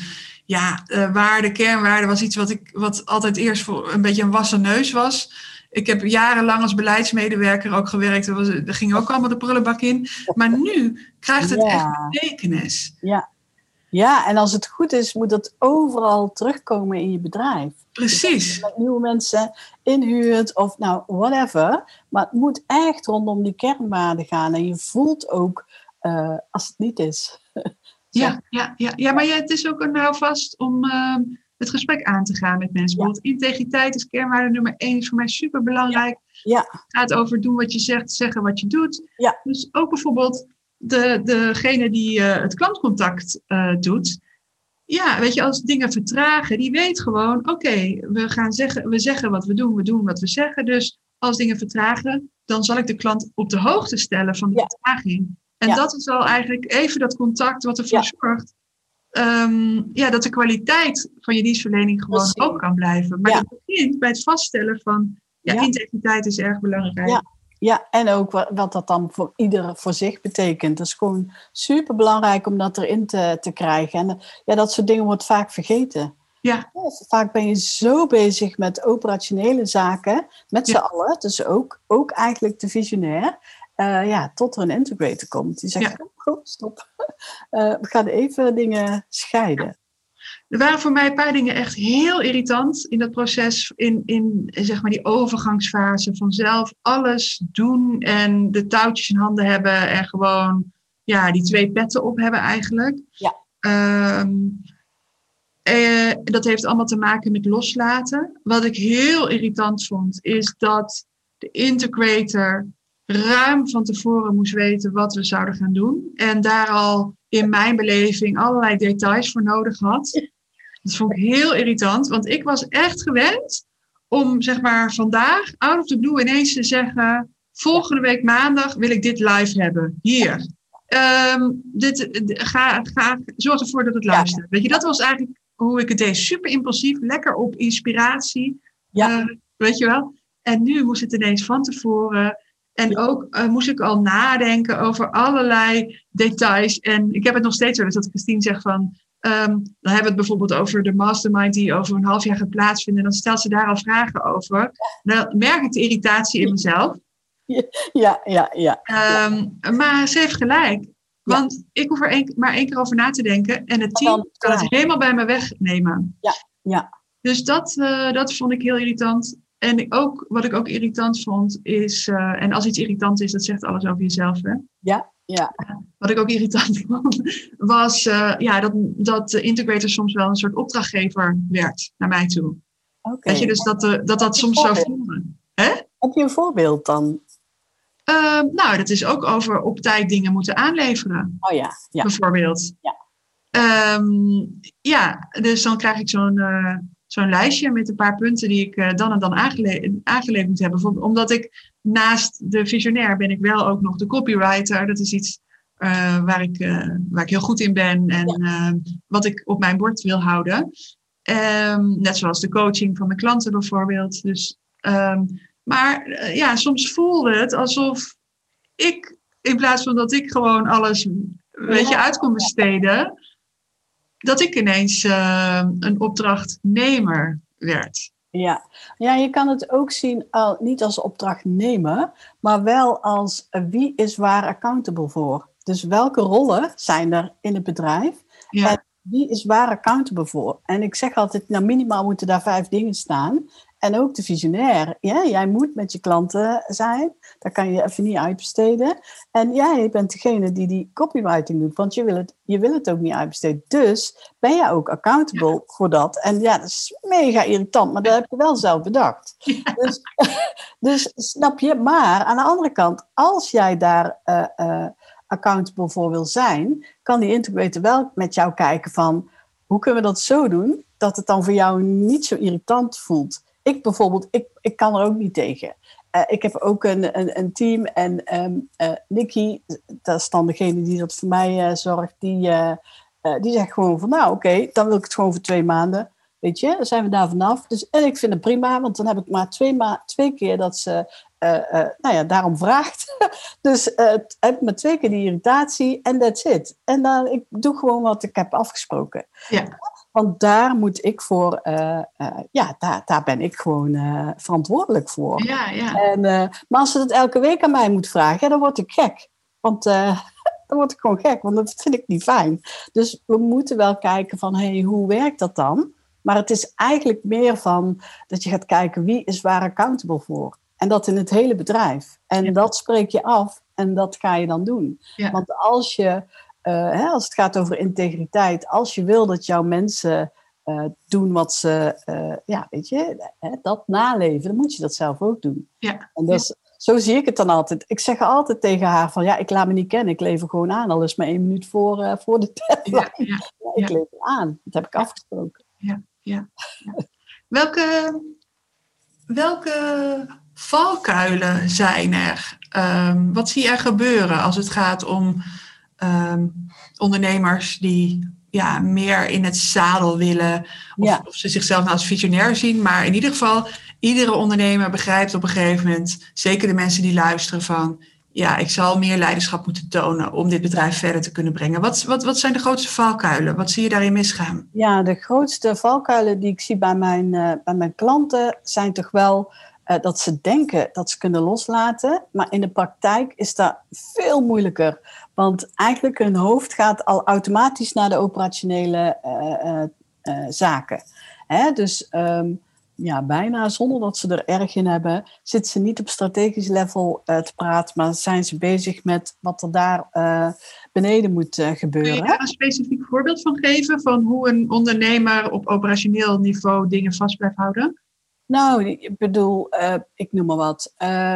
kernwaarden was iets wat altijd eerst voor een beetje een wassen neus was... Ik heb jarenlang als beleidsmedewerker ook gewerkt. Er ging ook allemaal de prullenbak in. Maar nu krijgt het echt betekenis. Ja, en als het goed is, moet dat overal terugkomen in je bedrijf. Precies. Dus met nieuwe mensen inhuurt of whatever. Maar het moet echt rondom die kernwaarden gaan. En je voelt ook als het niet is. Ja, maar het is ook een houvast om... het gesprek aan te gaan met mensen. Bijvoorbeeld integriteit is kernwaarde nummer 1. Is voor mij super belangrijk. Het gaat over doen wat je zegt, zeggen wat je doet. Ja. Dus ook bijvoorbeeld degene die het klantcontact doet. Ja, weet je, als dingen vertragen, die weet gewoon... Oké, we zeggen wat we doen, we doen wat we zeggen. Dus als dingen vertragen, dan zal ik de klant op de hoogte stellen van de vertraging. En dat is al eigenlijk even dat contact wat ervoor zorgt... dat de kwaliteit van je dienstverlening gewoon ook kan blijven. Maar dat begint bij het vaststellen van... integriteit is erg belangrijk. Ja, en ook wat dat dan voor ieder voor zich betekent. Dat is gewoon super belangrijk om dat erin te krijgen. En dat soort dingen wordt vaak vergeten. Ja. Vaak ben je zo bezig met operationele zaken, met z'n allen. Dus ook eigenlijk de visionair. tot er een integrator komt. Die zegt, kom, stop. We gaan even dingen scheiden. Er waren voor mij een paar dingen echt heel irritant in dat proces. In zeg maar die overgangsfase van zelf alles doen en de touwtjes in handen hebben en gewoon die 2 petten op hebben eigenlijk. Ja. Dat heeft allemaal te maken met loslaten. Wat ik heel irritant vond, is dat de integrator ruim van tevoren moest weten wat we zouden gaan doen. En daar al in mijn beleving allerlei details voor nodig had. Dat vond ik heel irritant, want ik was echt gewend om zeg maar vandaag, out of the blue, ineens te zeggen, volgende week maandag wil ik dit live hebben. Hier. Zorg ervoor dat het luistert. Weet je, dat was eigenlijk hoe ik het deed. Super impulsief, lekker op inspiratie. Weet je wel. En nu moest het ineens van tevoren. En ook moest ik al nadenken over allerlei details. En ik heb het nog steeds zo, dus dat Christine zegt van, dan hebben we het bijvoorbeeld over de mastermind die over een half jaar gaat plaatsvinden. En dan stelt ze daar al vragen over. Dan merk ik de irritatie in mezelf. Ja. Maar ze heeft gelijk. Want ik hoef er maar 1 keer over na te denken. En het team kan het helemaal bij me wegnemen. Ja. Dus dat vond ik heel irritant. En wat ik ook irritant vond is... en als iets irritant is, dat zegt alles over jezelf. Hè? Ja. Wat ik ook irritant vond, was dat de integrator soms wel een soort opdrachtgever werd naar mij toe. Okay. Weet je, dus dat soms zo voelde. Hè? Heb je een voorbeeld dan? Dat is ook over op tijd dingen moeten aanleveren. Oh ja. Bijvoorbeeld. Ja. Dus dan krijg ik zo'n lijstje met een paar punten die ik dan en dan aangeleverd moet hebben. Omdat ik naast de visionair ben ik wel ook nog de copywriter. Dat is iets waar ik heel goed in ben en wat ik op mijn bord wil houden. Net zoals de coaching van mijn klanten bijvoorbeeld. Dus... Maar soms voelde het alsof ik, in plaats van dat ik gewoon alles uit kon besteden, dat ik ineens een opdrachtnemer werd. Ja, je kan het ook zien niet als opdrachtnemer, maar wel als wie is waar accountable voor. Dus welke rollen zijn er in het bedrijf en wie is waar accountable voor? En ik zeg altijd, minimaal moeten daar 5 dingen staan. En ook de visionair. Ja, jij moet met je klanten zijn. Daar kan je even niet uitbesteden. En jij bent degene die copywriting doet. Want je wil het ook niet uitbesteden. Dus ben jij ook accountable voor dat. En dat is mega irritant. Maar dat heb je wel zelf bedacht. Ja. Dus snap je? Maar aan de andere kant, als jij daar accountable voor wil zijn, kan die integrator wel met jou kijken van, hoe kunnen we dat zo doen dat het dan voor jou niet zo irritant voelt? Ik bijvoorbeeld, ik kan er ook niet tegen. Ik heb ook een team en Nikki, dat is dan degene die dat voor mij zorgt, die zegt gewoon van oké, dan wil ik het gewoon voor 2 maanden. Weet je, dan zijn we daar vanaf. Dus, en ik vind het prima, want dan heb ik maar 2 keer dat ze daarom vraagt. Dus heb ik maar 2 keer die irritatie en that's it. En dan, ik doe gewoon wat ik heb afgesproken. Ja. Want daar moet ik voor, daar ben ik gewoon verantwoordelijk voor. Ja. Maar als ze dat elke week aan mij moet vragen, dan word ik gek. Want dan word ik gewoon gek, want dat vind ik niet fijn. Dus we moeten wel kijken van, hoe werkt dat dan? Maar het is eigenlijk meer van dat je gaat kijken wie is waar accountable voor. En dat in het hele bedrijf. En dat spreek je af en dat ga je dan doen. Ja. Want als je... als het gaat over integriteit, als je wil dat jouw mensen doen wat ze, dat naleven, dan moet je dat zelf ook doen. Ja. En dus, zo zie ik het dan altijd. Ik zeg altijd tegen haar van, ik laat me niet kennen, ik lever gewoon aan, al is maar 1 minuut voor de deadline. Ja. Ik lever aan, dat heb ik afgesproken. Ja. Welke valkuilen zijn er? Wat zie je er gebeuren als het gaat om ondernemers die meer in het zadel willen. Of ze zichzelf als visionair zien. Maar in ieder geval, iedere ondernemer begrijpt op een gegeven moment, zeker de mensen die luisteren van, ik zal meer leiderschap moeten tonen om dit bedrijf verder te kunnen brengen. Wat zijn de grootste valkuilen? Wat zie je daarin misgaan? Ja, de grootste valkuilen die ik zie bij mijn klanten zijn toch wel dat ze denken dat ze kunnen loslaten. Maar in de praktijk is dat veel moeilijker. Want eigenlijk hun hoofd gaat al automatisch naar de operationele zaken. Dus bijna zonder dat ze er erg in hebben, zitten ze niet op strategisch level te praten, maar zijn ze bezig met wat er daar beneden moet gebeuren. Kun je daar een specifiek voorbeeld van geven van hoe een ondernemer op operationeel niveau dingen vast blijft houden? Nou, ik bedoel, ik noem maar wat.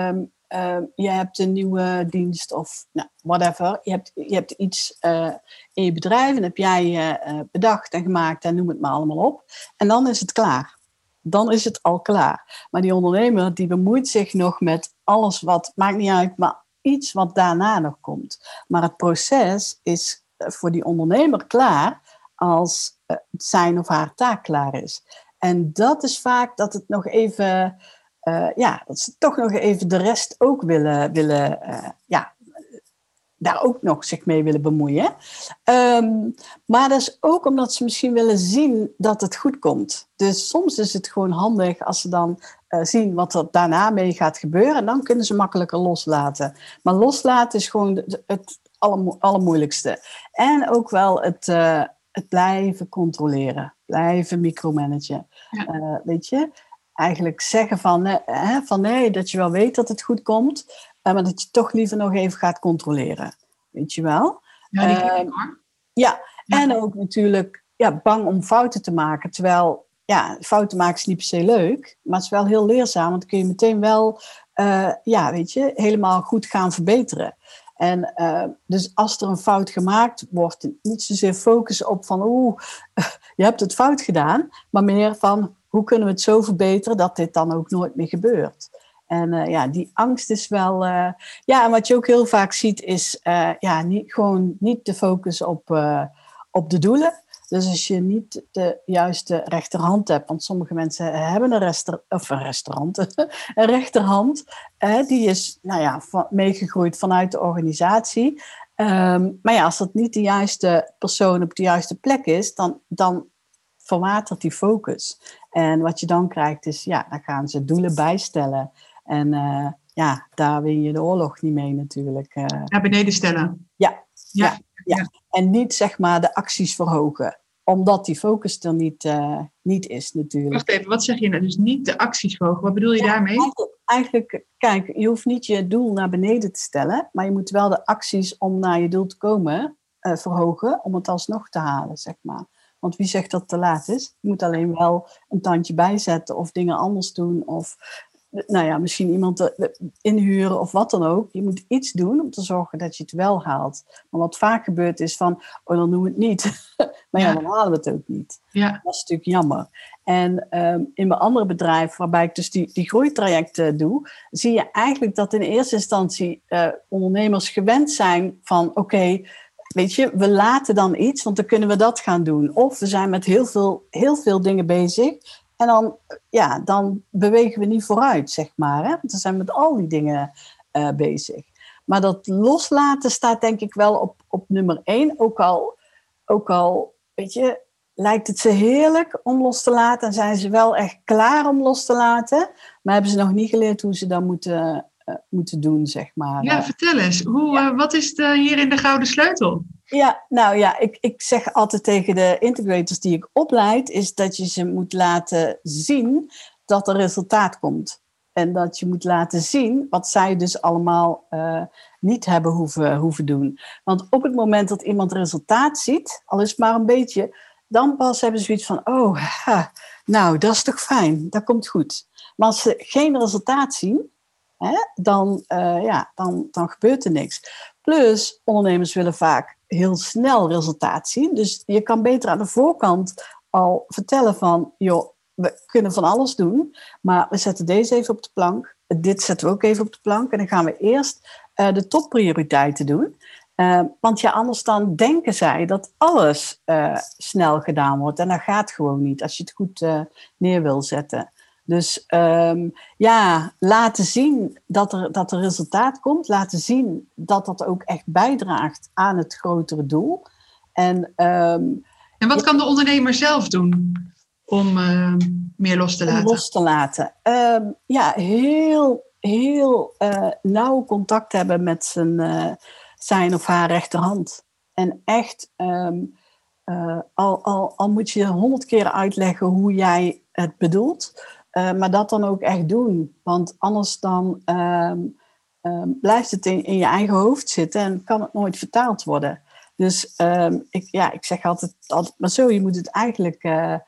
Je hebt een nieuwe dienst of whatever. Je hebt iets in je bedrijf en heb jij bedacht en gemaakt en noem het maar allemaal op. En dan is het klaar. Dan is het al klaar. Maar die ondernemer die bemoeit zich nog met alles wat, maakt niet uit, maar iets wat daarna nog komt. Maar het proces is voor die ondernemer klaar als zijn of haar taak klaar is. En dat is vaak dat het nog even, dat ze toch nog even de rest ook willen daar ook nog zich mee willen bemoeien. Maar dat is ook omdat ze misschien willen zien dat het goed komt. Dus soms is het gewoon handig als ze dan zien wat er daarna mee gaat gebeuren. En dan kunnen ze makkelijker loslaten. Maar loslaten is gewoon het allermoeilijkste. En ook wel het blijven controleren. Blijven micromanagen. Ja. Weet je? Eigenlijk zeggen van nee, dat je wel weet dat het goed komt. Maar dat je toch liever nog even gaat controleren. Weet je wel? Ja, die ken ik hoor. Ja, en ook natuurlijk bang om fouten te maken. Terwijl, fouten maken is niet per se leuk. Maar het is wel heel leerzaam. Want dan kun je meteen wel, helemaal goed gaan verbeteren. En dus als er een fout gemaakt wordt, niet zozeer focussen op van je hebt het fout gedaan. Maar meer van, hoe kunnen we het zo verbeteren dat dit dan ook nooit meer gebeurt? En die angst is wel... en wat je ook heel vaak ziet is niet de focus op de doelen. Dus als je niet de juiste rechterhand hebt... Want sommige mensen hebben een rechterhand. Die is meegegroeid vanuit de organisatie. Maar als dat niet de juiste persoon op de juiste plek is... dan verwatert die focus. En wat je dan krijgt is... dan gaan ze doelen bijstellen... En daar win je de oorlog niet mee natuurlijk. Naar beneden stellen. Ja. En niet zeg maar de acties verhogen. Omdat die focus er niet is natuurlijk. Wacht even, wat zeg je nou? Dus niet de acties verhogen. Wat bedoel je daarmee? Eigenlijk, kijk, je hoeft niet je doel naar beneden te stellen. Maar je moet wel de acties om naar je doel te komen verhogen. Om het alsnog te halen, zeg maar. Want wie zegt dat het te laat is? Je moet alleen wel een tandje bijzetten. Of dingen anders doen. Of... misschien iemand inhuren of wat dan ook. Je moet iets doen om te zorgen dat je het wel haalt. Maar wat vaak gebeurt is van, dan doen we het niet. Maar dan halen we het ook niet. Ja. Dat is natuurlijk jammer. En in mijn andere bedrijf, waarbij ik dus die groeitrajecten doe, zie je eigenlijk dat in eerste instantie ondernemers gewend zijn van, oké, weet je, we laten dan iets, want dan kunnen we dat gaan doen. Of we zijn met heel veel dingen bezig. En dan bewegen we niet vooruit, zeg maar. Hè? Want dan zijn we met al die dingen bezig. Maar dat loslaten staat denk ik wel op nummer 1. Ook al, weet je, lijkt het ze heerlijk om los te laten. En zijn ze wel echt klaar om los te laten. Maar hebben ze nog niet geleerd hoe ze dat moeten doen, zeg maar. Ja, vertel eens. Wat is hierin de gouden sleutel? Ik zeg altijd tegen de integrators die ik opleid, is dat je ze moet laten zien dat er resultaat komt. En dat je moet laten zien wat zij dus allemaal niet hebben hoeven doen. Want op het moment dat iemand resultaat ziet, al is het maar een beetje, dan pas hebben ze zoiets van, dat is toch fijn, dat komt goed. Maar als ze geen resultaat zien, dan gebeurt er niks. Plus, ondernemers willen vaak heel snel resultaat zien. Dus je kan beter aan de voorkant al vertellen van, joh, we kunnen van alles doen, maar we zetten deze even op de plank. Dit zetten we ook even op de plank. En dan gaan we eerst de topprioriteiten doen. Want anders dan denken zij dat alles snel gedaan wordt. En dat gaat gewoon niet als je het goed neer wil zetten. Dus laten zien dat er resultaat komt. Laten zien dat dat ook echt bijdraagt aan het grotere doel. En wat kan de ondernemer zelf doen? om meer los te laten? Om los te laten. Heel nauw contact hebben met zijn of haar rechterhand. En echt, al moet je 100 keer uitleggen hoe jij het bedoelt, maar dat dan ook echt doen. Want anders dan blijft het in je eigen hoofd zitten en kan het nooit vertaald worden. Dus ik zeg altijd maar zo, je moet het eigenlijk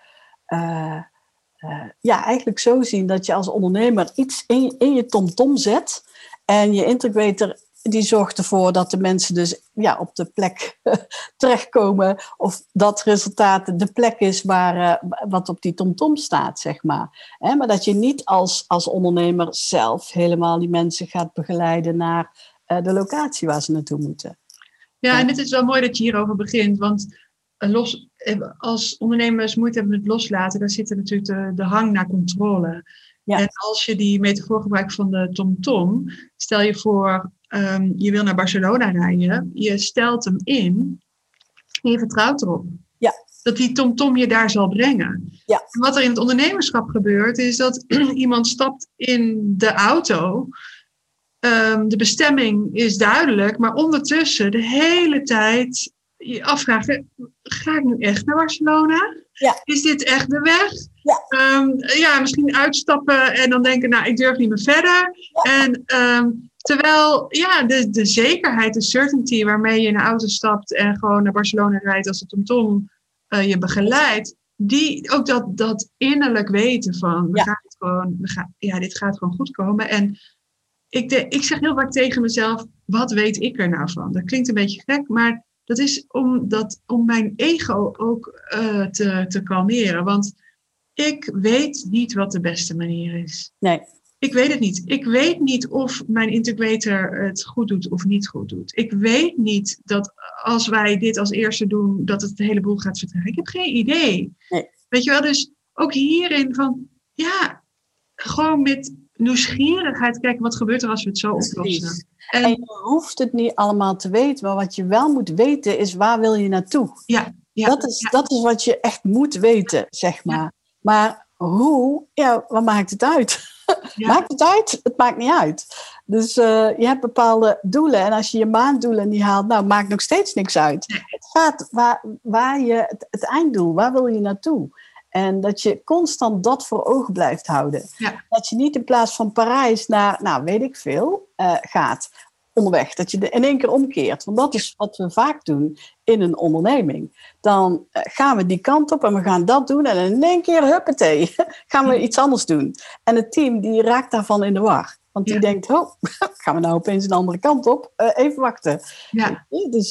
eigenlijk zo zien dat je als ondernemer iets in je TomTom zet en je integrator die zorgt ervoor dat de mensen dus op de plek terechtkomen of dat resultaat de plek is waar wat op die TomTom staat, zeg maar. Maar dat je niet als ondernemer zelf helemaal die mensen gaat begeleiden naar de locatie waar ze naartoe moeten. Ja, en het is wel mooi dat je hierover begint, want als ondernemers moeite hebben met loslaten, dan zit er natuurlijk de hang naar controle. Ja. En als je die metafoor gebruikt van de TomTom, stel je voor, je wil naar Barcelona rijden, je stelt hem in en je vertrouwt erop. Ja. Dat die TomTom je daar zal brengen. Ja. En wat er in het ondernemerschap gebeurt, is dat iemand stapt in de auto. De bestemming is duidelijk, maar ondertussen de hele tijd je afvragen, ga ik nu echt naar Barcelona? Ja. Is dit echt de weg? Ja. Misschien uitstappen en dan denken, ik durf niet meer verder. Ja. En terwijl de zekerheid, de certainty waarmee je in de auto stapt en gewoon naar Barcelona rijdt als de TomTom je begeleidt, die ook dat innerlijk weten van, dit gaat gewoon goed komen. En ik zeg heel vaak tegen mezelf, wat weet ik er nou van? Dat klinkt een beetje gek, maar dat is om mijn ego ook te kalmeren. Want ik weet niet wat de beste manier is. Nee. Ik weet het niet. Ik weet niet of mijn integrator het goed doet of niet goed doet. Ik weet niet dat als wij dit als eerste doen, dat het de hele boel gaat vertragen. Ik heb geen idee. Nee. Weet je wel, dus ook hierin van, gewoon met nieuwsgierigheid kijken, wat gebeurt er als we het zo oplossen. En je hoeft het niet allemaal te weten, maar wat je wel moet weten is, waar wil je naartoe? Ja. Dat is wat je echt moet weten, zeg maar. Ja. Maar hoe, wat maakt het uit? Ja. Maakt het uit? Het maakt niet uit. Dus je hebt bepaalde doelen en als je je maanddoelen niet haalt, maakt nog steeds niks uit. Nee. Het gaat waar je het einddoel, waar wil je naartoe? En dat je constant dat voor ogen blijft houden. Ja. Dat je niet in plaats van Parijs naar, weet ik veel, gaat onderweg. Dat je in één keer omkeert. Want dat is wat we vaak doen in een onderneming. Dan gaan we die kant op en we gaan dat doen. En in één keer, huppatee, gaan we iets anders doen. En het team die raakt daarvan in de war. Want die denkt, gaan we nou opeens een andere kant op? Even wachten. Ja. Dus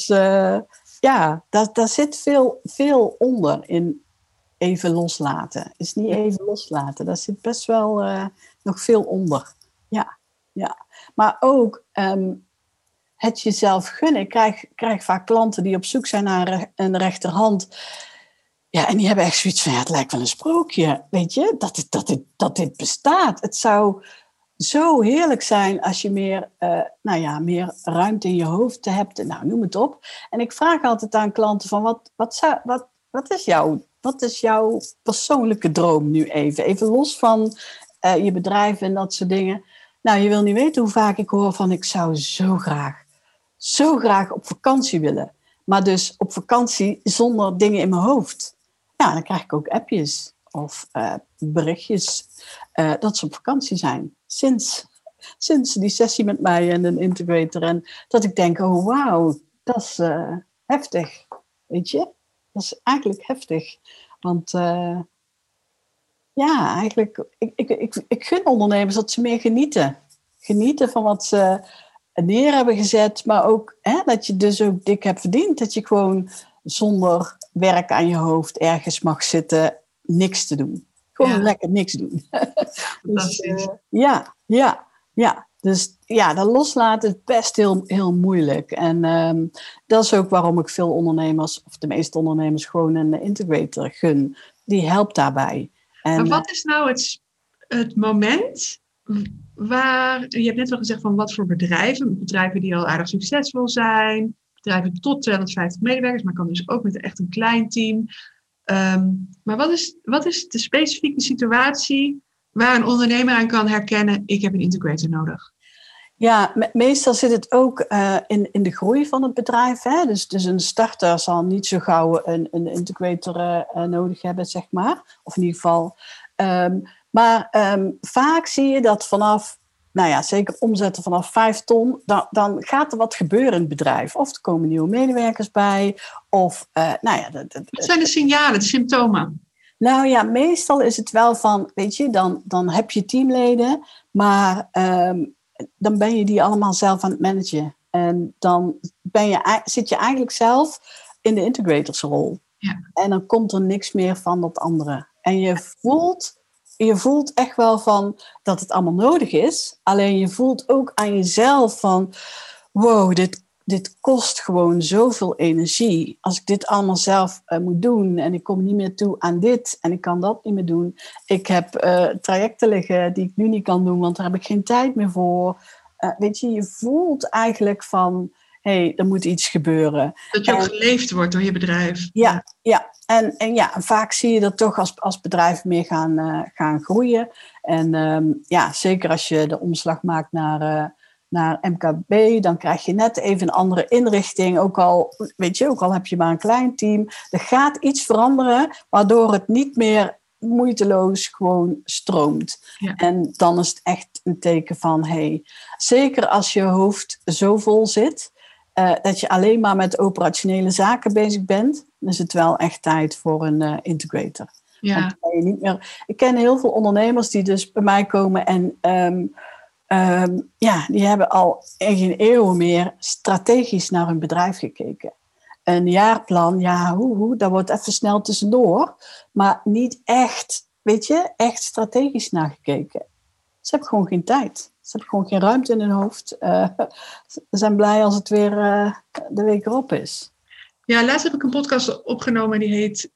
daar zit veel onder in even loslaten. Is niet even loslaten. Daar zit best wel nog veel onder. Ja. Maar ook het jezelf gunnen. Ik krijg vaak klanten die op zoek zijn naar een rechterhand. Ja, en die hebben echt zoiets van, het lijkt wel een sprookje. Weet je, dat dit bestaat. Het zou zo heerlijk zijn als je meer ruimte in je hoofd hebt. Nou, noem het op. En ik vraag altijd aan klanten van, wat is jouw persoonlijke droom nu even? Even los van je bedrijf en dat soort dingen. Nou, je wil niet weten hoe vaak ik hoor van, ik zou zo graag op vakantie willen. Maar dus op vakantie zonder dingen in mijn hoofd. Ja, dan krijg ik ook appjes of berichtjes dat ze op vakantie zijn. Sinds die sessie met mij en een integrator. En dat ik denk, oh wauw, dat is heftig. Weet je? Dat is eigenlijk heftig. Want eigenlijk, ik gun ondernemers dat ze meer genieten. Genieten van wat ze neer hebben gezet. Maar ook dat je dus ook dik hebt verdiend. Dat je gewoon zonder werk aan je hoofd ergens mag zitten. Niks te doen. Gewoon lekker niks doen. Dus, Dus dat loslaten is best heel moeilijk. En dat is ook waarom ik veel ondernemers, of de meeste ondernemers, gewoon een integrator gun. Die helpt daarbij. En, maar wat is nou het moment waar, je hebt net wel gezegd van wat voor bedrijven die al aardig succesvol zijn, bedrijven tot 250 medewerkers, maar kan dus ook met echt een klein team. Maar wat is de specifieke situatie waar een ondernemer aan kan herkennen, ik heb een integrator nodig? Ja, meestal zit het ook in de groei van het bedrijf. Hè? Dus een starter zal niet zo gauw een integrator nodig hebben, zeg maar. Of in ieder geval. Maar vaak zie je dat vanaf, zeker omzetten vanaf 5 ton, dan gaat er wat gebeuren in het bedrijf. Of er komen nieuwe medewerkers bij. Of, wat zijn de signalen, de symptomen? Nou ja, meestal is het wel van, weet je, dan heb je teamleden, maar dan ben je die allemaal zelf aan het managen. En dan zit je eigenlijk zelf in de integratorsrol. Ja. En dan komt er niks meer van dat andere. En je voelt echt wel van dat het allemaal nodig is. Alleen je voelt ook aan jezelf van, wow, dit kost gewoon zoveel energie. Als ik dit allemaal zelf moet doen en ik kom niet meer toe aan dit en ik kan dat niet meer doen. Ik heb trajecten liggen die ik nu niet kan doen, want daar heb ik geen tijd meer voor. Weet je voelt eigenlijk van, hé, er moet iets gebeuren. Dat je ook geleefd wordt door je bedrijf. Ja. En vaak zie je dat toch als bedrijf meer gaan groeien. En zeker als je de omslag maakt naar MKB, dan krijg je net even een andere inrichting. Ook al heb je maar een klein team. Er gaat iets veranderen, waardoor het niet meer moeiteloos gewoon stroomt. Ja. En dan is het echt een teken van, zeker als je hoofd zo vol zit, dat je alleen maar met operationele zaken bezig bent, dan is het wel echt tijd voor een integrator. Ja. Want dan ben je niet meer. Ik ken heel veel ondernemers die dus bij mij komen en die hebben al in geen eeuw meer strategisch naar hun bedrijf gekeken. Een jaarplan, daar wordt even snel tussendoor, maar niet echt, echt strategisch naar gekeken. Ze hebben gewoon geen tijd. Ze hebben gewoon geen ruimte in hun hoofd. Ze zijn blij als het weer de week erop is. Ja, laatst heb ik een podcast opgenomen die heet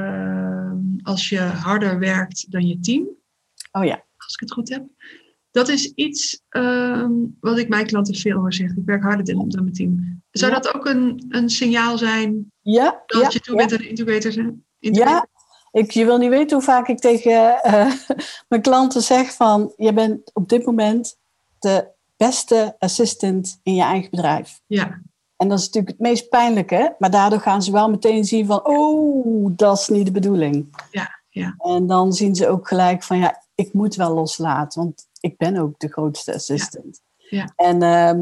Als je harder werkt dan je team. Oh ja. Als ik het goed heb. Dat is iets wat ik mijn klanten veel hoor zeggen. Ik werk harder dan mijn team. Zou dat ook een signaal zijn dat je toe bent aan een integrator? Ja, je wil niet weten hoe vaak ik tegen mijn klanten zeg van, je bent op dit moment de beste assistant in je eigen bedrijf. Ja. En dat is natuurlijk het meest pijnlijke, maar daardoor gaan ze wel meteen zien van, dat is niet de bedoeling. Ja. En dan zien ze ook gelijk van, ik moet wel loslaten, want ik ben ook de grootste assistant. Ja. En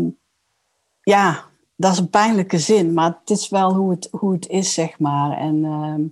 dat is een pijnlijke zin, maar het is wel hoe het is, zeg maar. En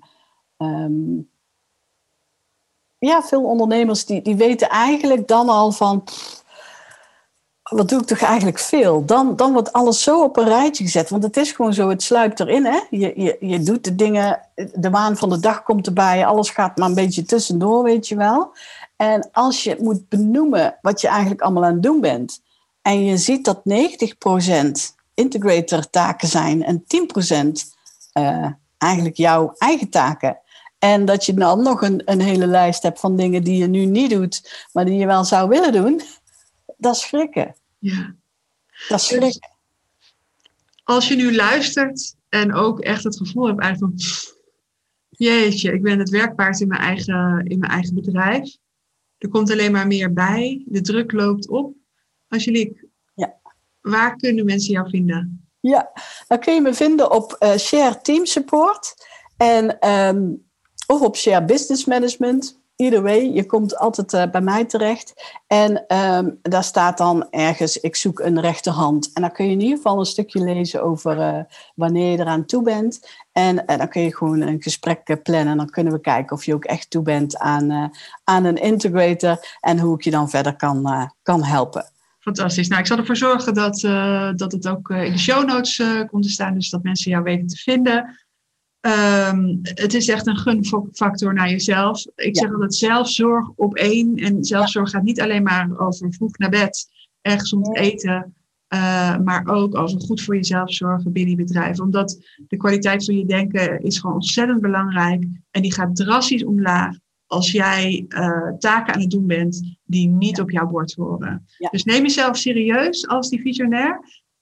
veel ondernemers die weten eigenlijk dan al van, wat doe ik toch eigenlijk veel? Dan wordt alles zo op een rijtje gezet, want het is gewoon zo, het sluipt erin. Hè? Je doet de dingen, de waan van de dag komt erbij, alles gaat maar een beetje tussendoor, weet je wel. En als je moet benoemen wat je eigenlijk allemaal aan het doen bent, en je ziet dat 90% integrator taken zijn en 10% eigenlijk jouw eigen taken. En dat je dan nog een hele lijst hebt van dingen die je nu niet doet, maar die je wel zou willen doen. Dat is schrikken. Ja. Dat is schrikken. Dus als je nu luistert en ook echt het gevoel hebt eigenlijk van, jeetje, ik ben het werkpaard in mijn eigen bedrijf. Er komt alleen maar meer bij. De druk loopt op. Angelique, waar kunnen mensen jou vinden? Ja, dan kun je me vinden op Share Team Support of op Share Business Management. Either way, je komt altijd bij mij terecht. En daar staat dan ergens, ik zoek een rechterhand. En dan kun je in ieder geval een stukje lezen over wanneer je eraan toe bent. En dan kun je gewoon een gesprek plannen. En dan kunnen we kijken of je ook echt toe bent aan een integrator. En hoe ik je dan verder kan helpen. Fantastisch. Nou, ik zal ervoor zorgen dat het ook in de show notes komt te staan. Dus dat mensen jou weten te vinden. Het is echt een gunfactor naar jezelf. Ik zeg altijd zelfzorg op 1. En zelfzorg gaat niet alleen maar over vroeg naar bed en gezond eten. Maar ook over goed voor jezelf zorgen binnen je bedrijf. Omdat de kwaliteit van je denken is gewoon ontzettend belangrijk. En die gaat drastisch omlaag als jij taken aan het doen bent die niet op jouw bord horen. Ja. Dus neem jezelf serieus als die visionair.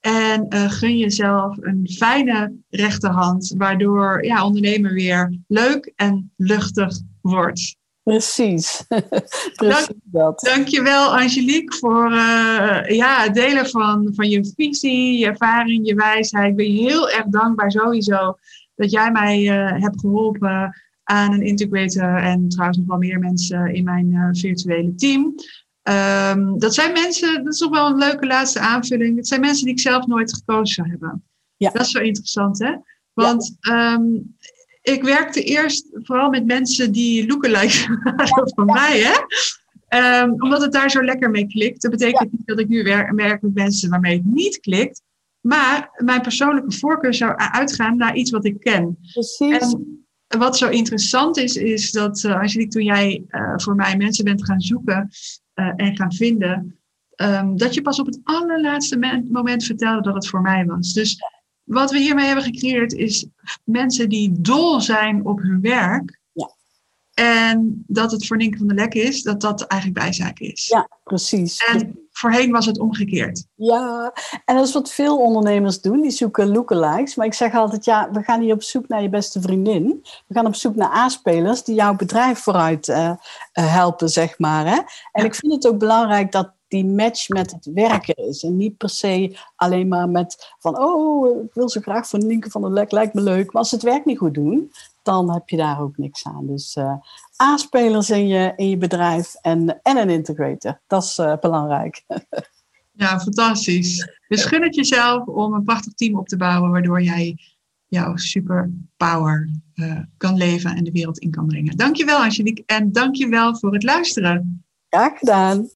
En gun jezelf een fijne rechterhand, waardoor ondernemen weer leuk en luchtig wordt. Precies. Dankjewel Angelique voor het delen van je visie, je ervaring, je wijsheid. Ik ben je heel erg dankbaar sowieso dat jij mij hebt geholpen aan een integrator en trouwens nog wel meer mensen in mijn virtuele team. Dat zijn mensen, dat is nog wel een leuke laatste aanvulling. Het zijn mensen die ik zelf nooit gekozen zou hebben. Ja. Dat is zo interessant, hè? Want ik werkte eerst vooral met mensen die lookalikes waren van mij, hè? Omdat het daar zo lekker mee klikt. Dat betekent niet dat ik nu werk met mensen waarmee het niet klikt. Maar mijn persoonlijke voorkeur zou uitgaan naar iets wat ik ken. Precies. En wat zo interessant is dat Angelique, toen jij voor mij mensen bent gaan zoeken en gaan vinden, dat je pas op het allerlaatste moment vertelde dat het voor mij was. Dus wat we hiermee hebben gecreëerd is mensen die dol zijn op hun werk. Ja. En dat het voor Nienke van der Lek is, dat eigenlijk bijzaak is. Ja, precies. En voorheen was het omgekeerd. Ja, en dat is wat veel ondernemers doen. Die zoeken lookalikes. Maar ik zeg altijd, we gaan niet op zoek naar je beste vriendin. We gaan op zoek naar aanspelers die jouw bedrijf vooruit helpen, zeg maar. Hè? En ik vind het ook belangrijk dat die match met het werken is. En niet per se alleen maar met van, ik wil zo graag voor Nienke van der Lek, lijkt me leuk. Maar als ze het werk niet goed doen, dan heb je daar ook niks aan. Dus aanspelers in je bedrijf en een integrator. Dat is belangrijk. Ja, fantastisch. Dus gun het jezelf om een prachtig team op te bouwen, waardoor jij jouw superpower kan leven en de wereld in kan brengen. Dankjewel Angelique en dankjewel voor het luisteren. Graag gedaan.